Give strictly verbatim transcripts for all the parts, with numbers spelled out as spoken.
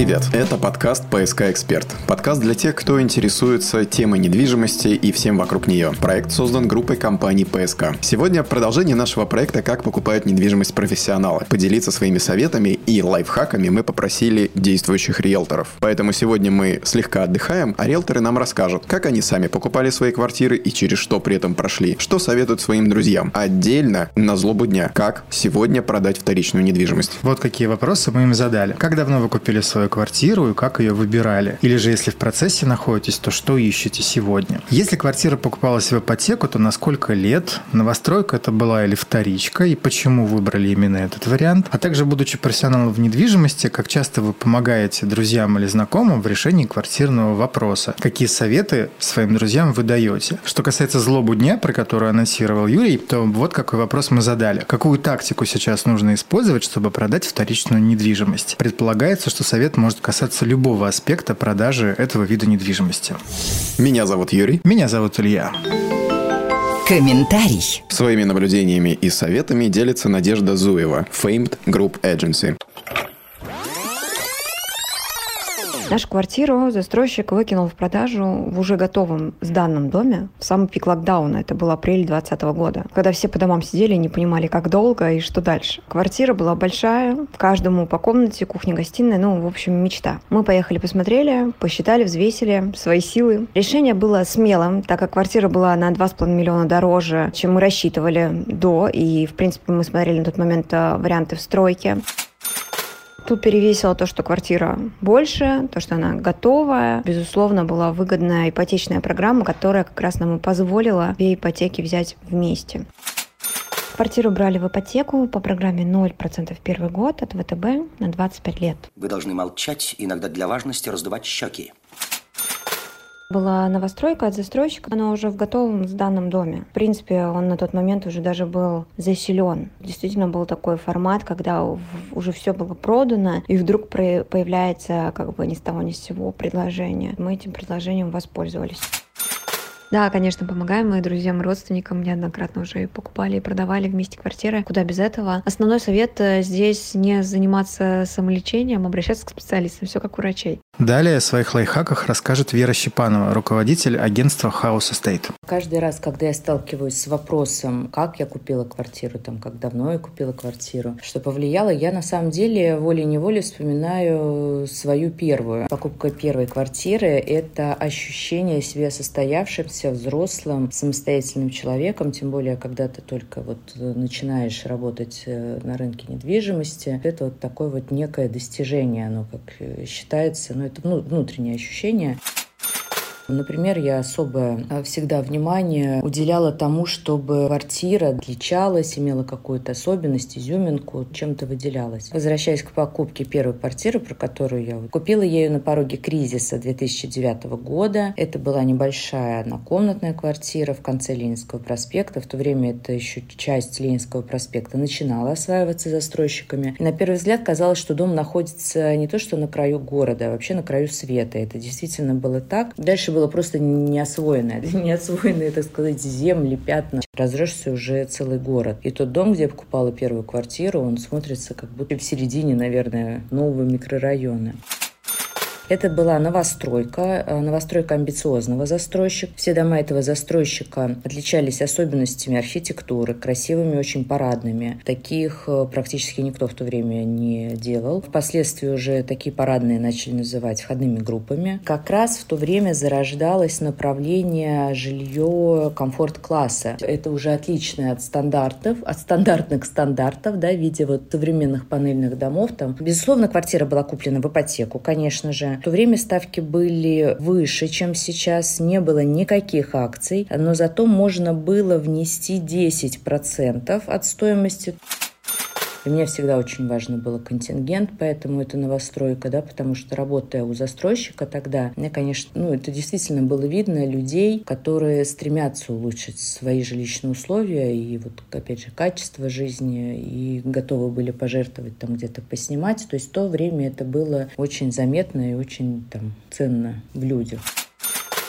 Привет, это подкаст «пэ эс ка Эксперт». Подкаст для тех, кто интересуется темой недвижимости и всем вокруг нее. Проект создан группой компаний пэ эс ка. Сегодня продолжение нашего проекта «Как покупают недвижимость профессионалы». Поделиться своими советами и лайфхаками мы попросили действующих риэлторов. Поэтому сегодня мы слегка отдыхаем, а риэлторы нам расскажут, как они сами покупали свои квартиры и через что при этом прошли, что советуют своим друзьям. Отдельно, на злобу дня, как сегодня продать вторичную недвижимость. Вот какие вопросы мы им задали. Как давно вы купили свою квартиру и как ее выбирали? Или же, если в процессе находитесь, то что ищете сегодня? Если квартира покупалась в ипотеку, то на сколько лет? Новостройка это была или вторичка? И почему выбрали именно этот вариант? А также, будучи профессионалом в недвижимости, как часто вы помогаете друзьям или знакомым в решении квартирного вопроса? Какие советы своим друзьям вы даете? Что касается злобу дня, про которую анонсировал Юрий, то вот какой вопрос мы задали. Какую тактику сейчас нужно использовать, чтобы продать вторичную недвижимость? Предполагается, что совет может касаться любого аспекта продажи этого вида недвижимости. Меня зовут Юрий. Меня зовут Илья. Комментарий. Своими наблюдениями и советами делится Надежда Зуева, Famed Group Agency. Нашу квартиру застройщик выкинул в продажу в уже готовом сданном доме в самый пик локдауна. Это был апрель двадцатого года, когда все по домам сидели и не понимали, как долго и что дальше. Квартира была большая, каждому по комнате, кухня-гостиная, ну, в общем, мечта. Мы поехали, посмотрели, посчитали, взвесили свои силы. Решение было смелым, так как квартира была на два с половиной миллиона дороже, чем мы рассчитывали до, и, в принципе, мы смотрели на тот момент варианты в стройке. Тут перевесило то, что квартира больше, то, что она готовая. Безусловно, была выгодная ипотечная программа, которая как раз нам и позволила две ипотеки взять вместе. Квартиру брали в ипотеку по программе ноль процентов первый год от вэ тэ бэ на двадцать пять лет. Вы должны молчать, иногда для важности раздувать щеки. Была новостройка от застройщика, она уже в готовом сданном доме. В принципе, он на тот момент уже даже был заселен. Действительно был такой формат, когда уже все было продано, и вдруг появляется как бы ни с того ни с сего предложение. Мы этим предложением воспользовались. Да, конечно, помогаем мы друзьям и родственникам. Неоднократно уже и покупали, и продавали вместе квартиры. Куда без этого. Основной совет здесь не заниматься самолечением, обращаться к специалистам. Все как у врачей. Далее о своих лайфхаках расскажет Вера Щепанова, руководитель агентства House Estate. Каждый раз, когда я сталкиваюсь с вопросом, как я купила квартиру, там, как давно я купила квартиру, что повлияло, я на самом деле волей-неволей вспоминаю свою первую. Покупка первой квартиры – это ощущение себя состоявшимся взрослым, самостоятельным человеком, тем более, когда ты только вот начинаешь работать на рынке недвижимости. Это вот такое вот некое достижение, оно как считается, ну, это внутреннее ощущение. Например, я особо всегда внимание уделяла тому, чтобы квартира отличалась, имела какую-то особенность, изюминку, чем-то выделялась. Возвращаясь к покупке первой квартиры, про которую я купила я ее на пороге кризиса две тысячи девятого года. Это была небольшая однокомнатная квартира в конце Ленинского проспекта. В то время это еще часть Ленинского проспекта начинала осваиваться застройщиками. И на первый взгляд казалось, что дом находится не то что на краю города, а вообще на краю света. Это действительно было так. Дальше было просто неосвоенное, неосвоенные, так сказать, земли, пятна. Разросся уже целый город. И тот дом, где я покупала первую квартиру, он смотрится как будто в середине, наверное, нового микрорайона. Это была новостройка, новостройка амбициозного застройщика. Все дома этого застройщика отличались особенностями архитектуры, красивыми, очень парадными. Таких практически никто в то время не делал. Впоследствии уже такие парадные начали называть входными группами. Как раз в то время зарождалось направление жилье комфорт-класса. Это уже отличное от стандартов, от стандартных стандартов, да, в виде вот современных панельных домов. Там, безусловно, квартира была куплена в ипотеку, конечно же. В то время ставки были выше, чем сейчас, не было никаких акций, но зато можно было внести десять процентов от стоимости. Для меня всегда очень важно было контингент, поэтому это новостройка, да, потому что, работая у застройщика тогда, мне, конечно, ну, это действительно было видно людей, которые стремятся улучшить свои жилищные условия и вот, опять же, качество жизни, и готовы были пожертвовать там где-то поснимать. То есть в то время это было очень заметно и очень там ценно в людях.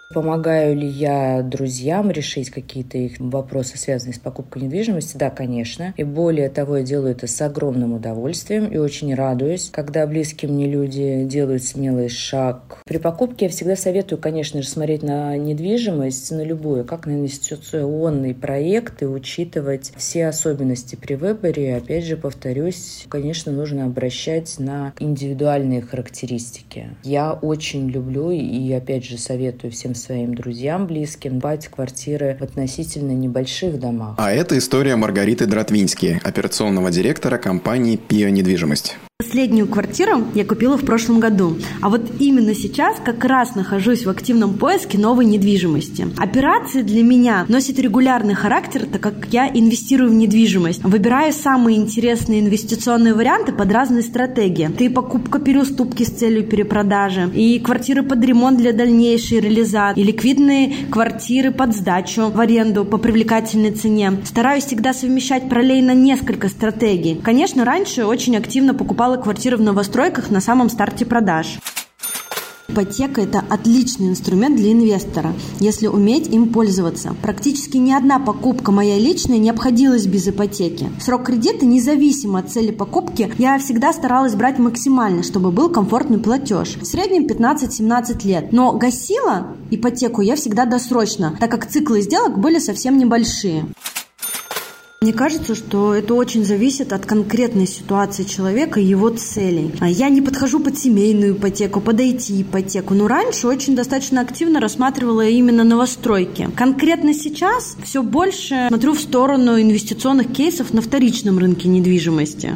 Помогаю ли я друзьям решить какие-то их вопросы, связанные с покупкой недвижимости? Да, конечно. И более того, я делаю это с огромным удовольствием и очень радуюсь, когда близкие мне люди делают смелый шаг. При покупке я всегда советую, конечно же, смотреть на недвижимость, на любую, как на инвестиционный проект, и учитывать все особенности при выборе. Опять же, повторюсь, конечно, нужно обращать на индивидуальные характеристики. Я очень люблю и, опять же, советую всем своим друзьям, близким, покупать квартиры в относительно небольших домах. А это история Маргариты Дратвински, операционного директора компании «Пио Недвижимость». Последнюю квартиру я купила в прошлом году, а вот именно сейчас как раз нахожусь в активном поиске новой недвижимости. Операции для меня носят регулярный характер, так как я инвестирую в недвижимость. Выбираю самые интересные инвестиционные варианты под разные стратегии. Это и покупка переуступки с целью перепродажи, и квартиры под ремонт для дальнейшей реализации, и ликвидные квартиры под сдачу в аренду по привлекательной цене. Стараюсь всегда совмещать параллельно несколько стратегий. Конечно, раньше очень активно покупала квартиры в новостройках на самом старте продаж. Ипотека – это отличный инструмент для инвестора, если уметь им пользоваться. Практически ни одна покупка моя личная не обходилась без ипотеки. Срок кредита, независимо от цели покупки, я всегда старалась брать максимально, чтобы был комфортный платеж. В среднем пятнадцать-семнадцать лет. Но гасила ипотеку я всегда досрочно, так как циклы сделок были совсем небольшие. Мне кажется, что это очень зависит от конкретной ситуации человека и его целей. Я не подхожу под семейную ипотеку, под ай ти-ипотеку, но раньше очень достаточно активно рассматривала именно новостройки. Конкретно сейчас все больше смотрю в сторону инвестиционных кейсов на вторичном рынке недвижимости.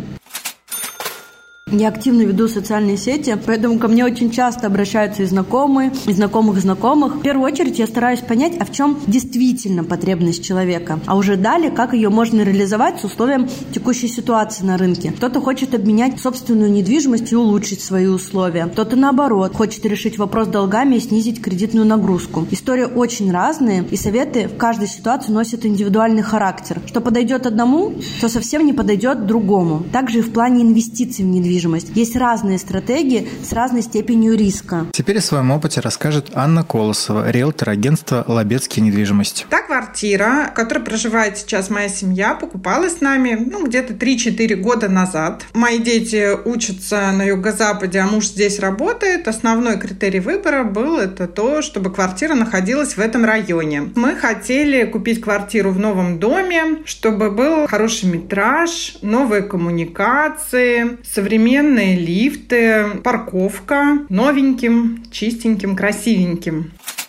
Я активно веду социальные сети, поэтому ко мне очень часто обращаются и знакомые, и знакомых знакомых. В первую очередь я стараюсь понять, а в чем действительно потребность человека, а уже далее, как ее можно реализовать с условием текущей ситуации на рынке. Кто-то хочет обменять собственную недвижимость и улучшить свои условия. Кто-то, наоборот, хочет решить вопрос долгами и снизить кредитную нагрузку. Истории очень разные, и советы в каждой ситуации носят индивидуальный характер. Что подойдет одному, то совсем не подойдет другому. Также и в плане инвестиций в недвижимость. Есть разные стратегии с разной степенью риска. Теперь о своем опыте расскажет Анна Колосова, риэлтор агентства «Лобецкие недвижимости». Та квартира, в которой проживает сейчас моя семья, покупалась нами ну, где-то три-четыре года назад. Мои дети учатся на юго-западе, а муж здесь работает. Основной критерий выбора был это то, чтобы квартира находилась в этом районе. Мы хотели купить квартиру в новом доме, чтобы был хороший метраж, новые коммуникации, современные Современные лифты, парковка, новеньким, чистеньким, красивеньким.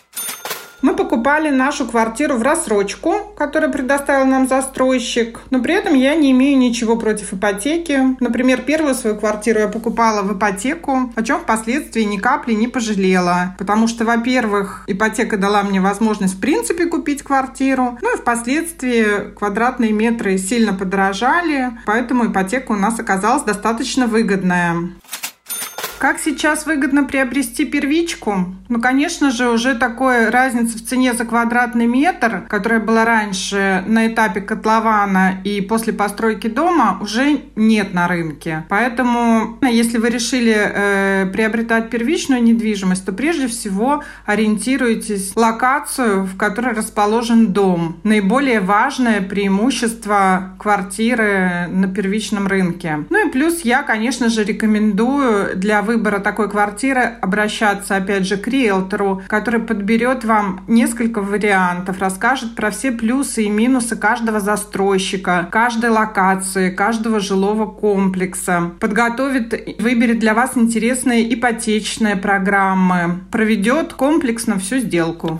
Мы покупали нашу квартиру в рассрочку, которую предоставил нам застройщик, но при этом я не имею ничего против ипотеки. Например, первую свою квартиру я покупала в ипотеку, о чем впоследствии ни капли не пожалела, потому что, во-первых, ипотека дала мне возможность в принципе купить квартиру, ну и впоследствии квадратные метры сильно подорожали, поэтому ипотека у нас оказалась достаточно выгодная. Как сейчас выгодно приобрести первичку? Ну, конечно же, уже такой разницы в цене за квадратный метр, которая была раньше на этапе котлована и после постройки дома, уже нет на рынке. Поэтому, если вы решили э, приобретать первичную недвижимость, то прежде всего ориентируйтесь в локацию, в которой расположен дом. Наиболее важное преимущество квартиры на первичном рынке. Ну и плюс я, конечно же, рекомендую для выбора выбора такой квартиры обращаться, опять же, к риэлтору, который подберет вам несколько вариантов, расскажет про все плюсы и минусы каждого застройщика, каждой локации, каждого жилого комплекса, подготовит, выберет для вас интересные ипотечные программы, проведет комплексно всю сделку.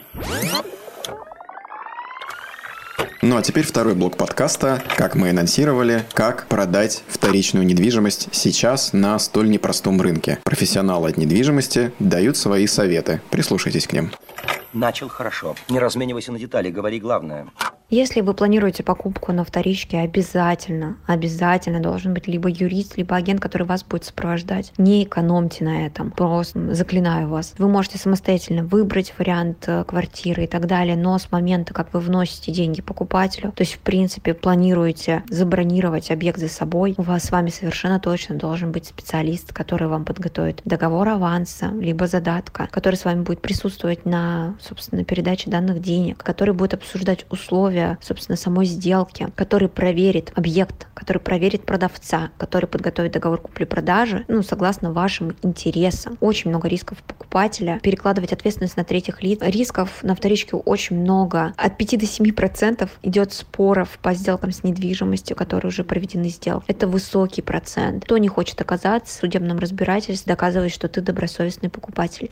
Ну а теперь второй блок подкаста. Как мы анонсировали, как продать вторичную недвижимость сейчас на столь непростом рынке. Профессионалы от недвижимости дают свои советы. Прислушайтесь к ним. Начал хорошо. Не разменивайся на детали, говори главное. Если вы планируете покупку на вторичке, обязательно, обязательно должен быть либо юрист, либо агент, который вас будет сопровождать. Не экономьте на этом. Просто заклинаю вас. Вы можете самостоятельно выбрать вариант квартиры и так далее, но с момента, как вы вносите деньги покупателю, то есть, в принципе, планируете забронировать объект за собой, у вас с вами совершенно точно должен быть специалист, который вам подготовит договор аванса, либо задатка, который с вами будет присутствовать на, собственно, передаче данных денег, который будет обсуждать условия, собственно, самой сделки, который проверит объект, который проверит продавца, который подготовит договор купли-продажи, ну, согласно вашим интересам. Очень много рисков покупателя. Перекладывать ответственность на третьих лиц. Рисков на вторичке очень много. От пяти до семи процентов идет споров по сделкам с недвижимостью, которые уже проведены сделки. Это высокий процент. Кто не хочет оказаться в судебном разбирательстве, доказывает, что ты добросовестный покупатель.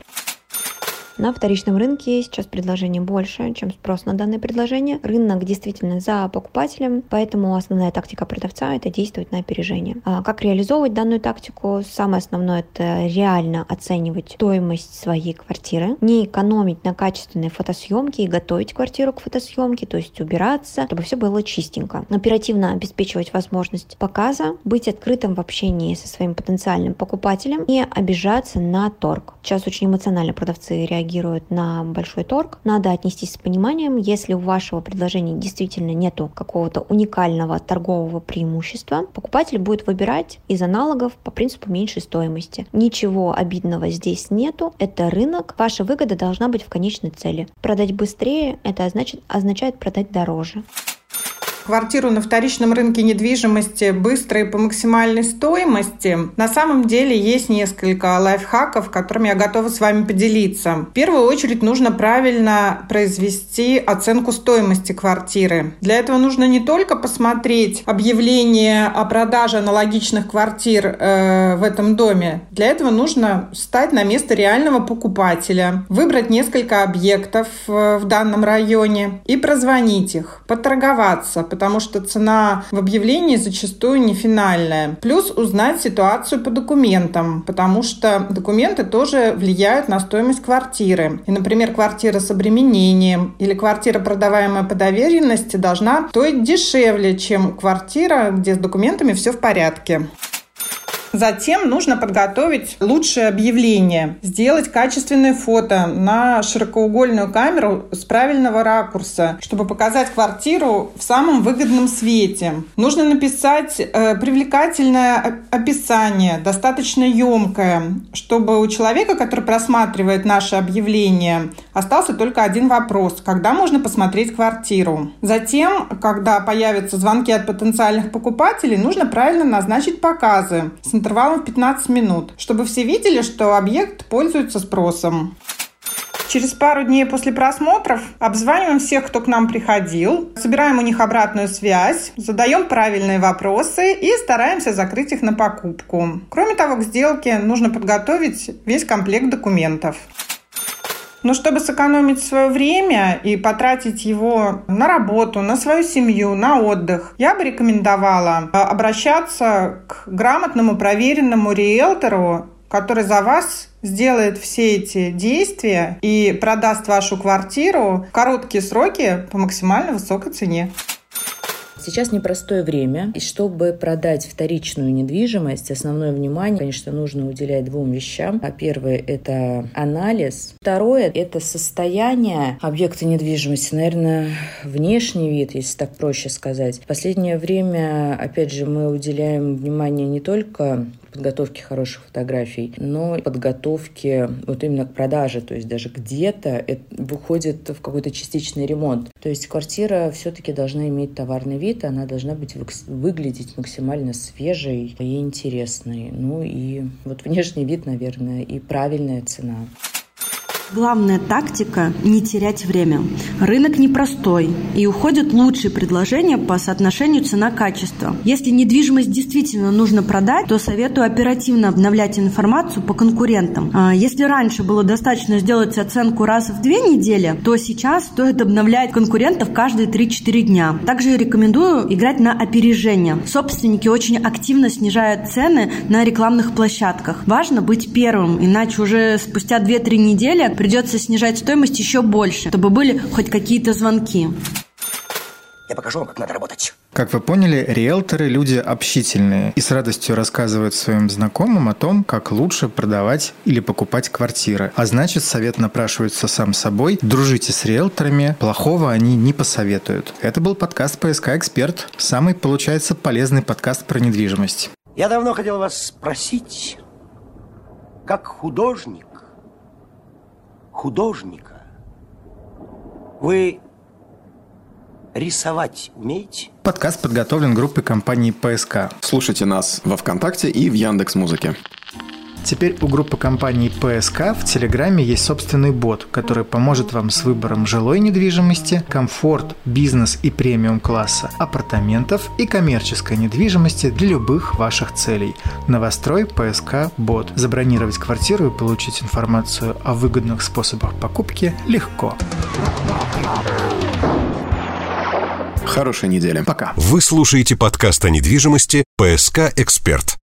На вторичном рынке сейчас предложений больше, чем спрос на данное предложение. Рынок действительно за покупателем, поэтому основная тактика продавца – это действовать на опережение. А как реализовывать данную тактику? Самое основное – это реально оценивать стоимость своей квартиры, не экономить на качественной фотосъемке и готовить квартиру к фотосъемке, то есть убираться, чтобы все было чистенько. Оперативно обеспечивать возможность показа, быть открытым в общении со своим потенциальным покупателем и обижаться на торг. Сейчас очень эмоционально продавцы реагируют реагируют на большой торг. Надо отнестись с пониманием, если у вашего предложения действительно нету какого-то уникального торгового преимущества, покупатель будет выбирать из аналогов по принципу меньшей стоимости. Ничего обидного здесь нету, это рынок, ваша выгода должна быть в конечной цели. Продать быстрее, это означает, означает продать дороже. Квартиру на вторичном рынке недвижимости быстро и по максимальной стоимости. На самом деле есть несколько лайфхаков, которыми я готова с вами поделиться. В первую очередь нужно правильно произвести оценку стоимости квартиры. Для этого нужно не только посмотреть объявление о продаже аналогичных квартир э, в этом доме. Для этого нужно встать на место реального покупателя, выбрать несколько объектов э, в данном районе и прозвонить их, поторговаться, потому что цена в объявлении зачастую не финальная. Плюс узнать ситуацию по документам, потому что документы тоже влияют на стоимость квартиры. И, например, квартира с обременением или квартира, продаваемая по доверенности, должна стоить дешевле, чем квартира, где с документами все в порядке. Затем нужно подготовить лучшее объявление, сделать качественное фото на широкоугольную камеру с правильного ракурса, чтобы показать квартиру в самом выгодном свете. Нужно написать э, привлекательное описание, достаточно емкое, чтобы у человека, который просматривает наше объявление, остался только один вопрос: когда можно посмотреть квартиру? Затем, когда появятся звонки от потенциальных покупателей, нужно правильно назначить показы с интервалом в пятнадцать минут, чтобы все видели, что объект пользуется спросом. Через пару дней после просмотров обзваниваем всех, кто к нам приходил, собираем у них обратную связь, задаем правильные вопросы и стараемся закрыть их на покупку. Кроме того, к сделке нужно подготовить весь комплект документов. Но чтобы сэкономить свое время и потратить его на работу, на свою семью, на отдых, я бы рекомендовала обращаться к грамотному, проверенному риэлтору, который за вас сделает все эти действия и продаст вашу квартиру в короткие сроки по максимально высокой цене. Сейчас непростое время, и чтобы продать вторичную недвижимость, основное внимание, конечно, нужно уделять двум вещам. А первое – это анализ. Второе – это состояние объекта недвижимости, наверное, внешний вид, если так проще сказать. В последнее время, опять же, мы уделяем внимание не только подготовки хороших фотографий, но и подготовки вот именно к продаже, то есть даже где-то это выходит в какой-то частичный ремонт. То есть квартира все-таки должна иметь товарный вид, она должна быть выглядеть максимально свежей и интересной. Ну и вот внешний вид, наверное, и правильная цена. Главная тактика – не терять время. Рынок непростой, и уходят лучшие предложения по соотношению цена-качество. Если недвижимость действительно нужно продать, то советую оперативно обновлять информацию по конкурентам. Если раньше было достаточно сделать оценку раз в две недели, то сейчас стоит обновлять конкурентов каждые три-четыре дня. Также рекомендую играть на опережение. Собственники очень активно снижают цены на рекламных площадках. Важно быть первым, иначе уже спустя две-три недели придется снижать стоимость еще больше, чтобы были хоть какие-то звонки. Я покажу вам, как надо работать. Как вы поняли, риэлторы – люди общительные и с радостью рассказывают своим знакомым о том, как лучше продавать или покупать квартиры. А значит, совет напрашивается сам собой. Дружите с риэлторами, плохого они не посоветуют. Это был подкаст ПСК Эксперт. Самый, получается, полезный подкаст про недвижимость. Я давно хотел вас спросить, как художник, художника, вы рисовать умеете? Подкаст подготовлен группой компании ПСК. Слушайте нас во ВКонтакте и в Яндекс.Музыке. Теперь у группы компании ПСК в Телеграме есть собственный бот, который поможет вам с выбором жилой недвижимости, комфорт, бизнес и премиум-класса, апартаментов и коммерческой недвижимости для любых ваших целей. Новострой ПСК бот. Забронировать квартиру и получить информацию о выгодных способах покупки легко. Хорошей недели. Пока. Вы слушаете подкаст о недвижимости «ПСК Эксперт».